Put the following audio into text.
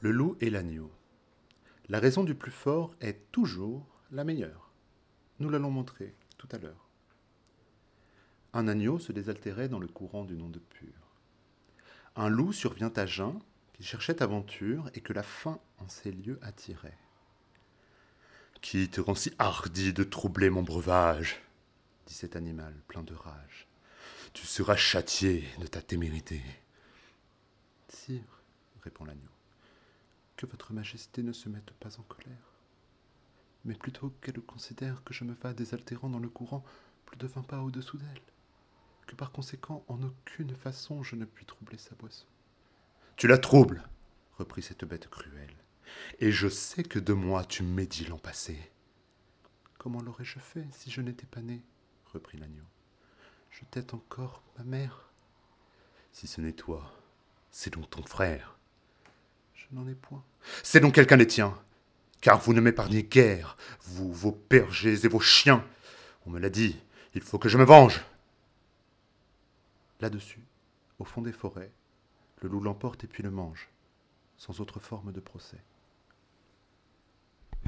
Le loup et l'agneau. La raison du plus fort est toujours la meilleure. Nous l'allons montrer tout à l'heure. Un agneau se désaltérait dans le courant d'une onde pure. Un loup survient à jeun, qui cherchait aventure et que la faim en ces lieux attirait. Qui te rend si hardi de troubler mon breuvage dit cet animal plein de rage. Tu seras châtié de ta témérité. Sire, répond l'agneau, que votre majesté ne se mette pas en colère, mais plutôt qu'elle considère que je me vas désaltérant dans le courant plus de 20 pas au-dessous d'elle, que par conséquent en aucune façon je ne puis troubler sa boisson. Tu la troubles, reprit cette bête cruelle, et je sais que de moi tu médis l'an passé. Comment l'aurais-je fait si je n'étais pas né, reprit l'agneau. Je tête encore ma mère. Si ce n'est toi, c'est donc ton frère. Je n'en ai point. C'est donc quelqu'un des tiens, car vous ne m'épargnez guère, vous, vos bergers et vos chiens. On me l'a dit, il faut que je me venge. Là-dessus, au fond des forêts, le loup l'emporte et puis le mange, sans autre forme de procès.